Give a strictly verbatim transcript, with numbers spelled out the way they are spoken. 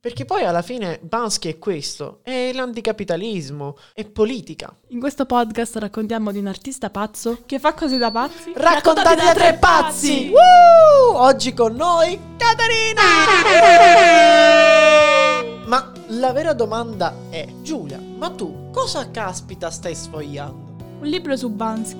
Perché poi alla fine Bansky è questo, è l'anticapitalismo, è politica. In questo podcast raccontiamo di un artista pazzo che fa cose da pazzi. Raccontati da tre pazzi! Woo! Oggi con noi Caterina! Ma la vera domanda è, Giulia, ma tu cosa caspita stai sfogliando? Un libro su Bansky.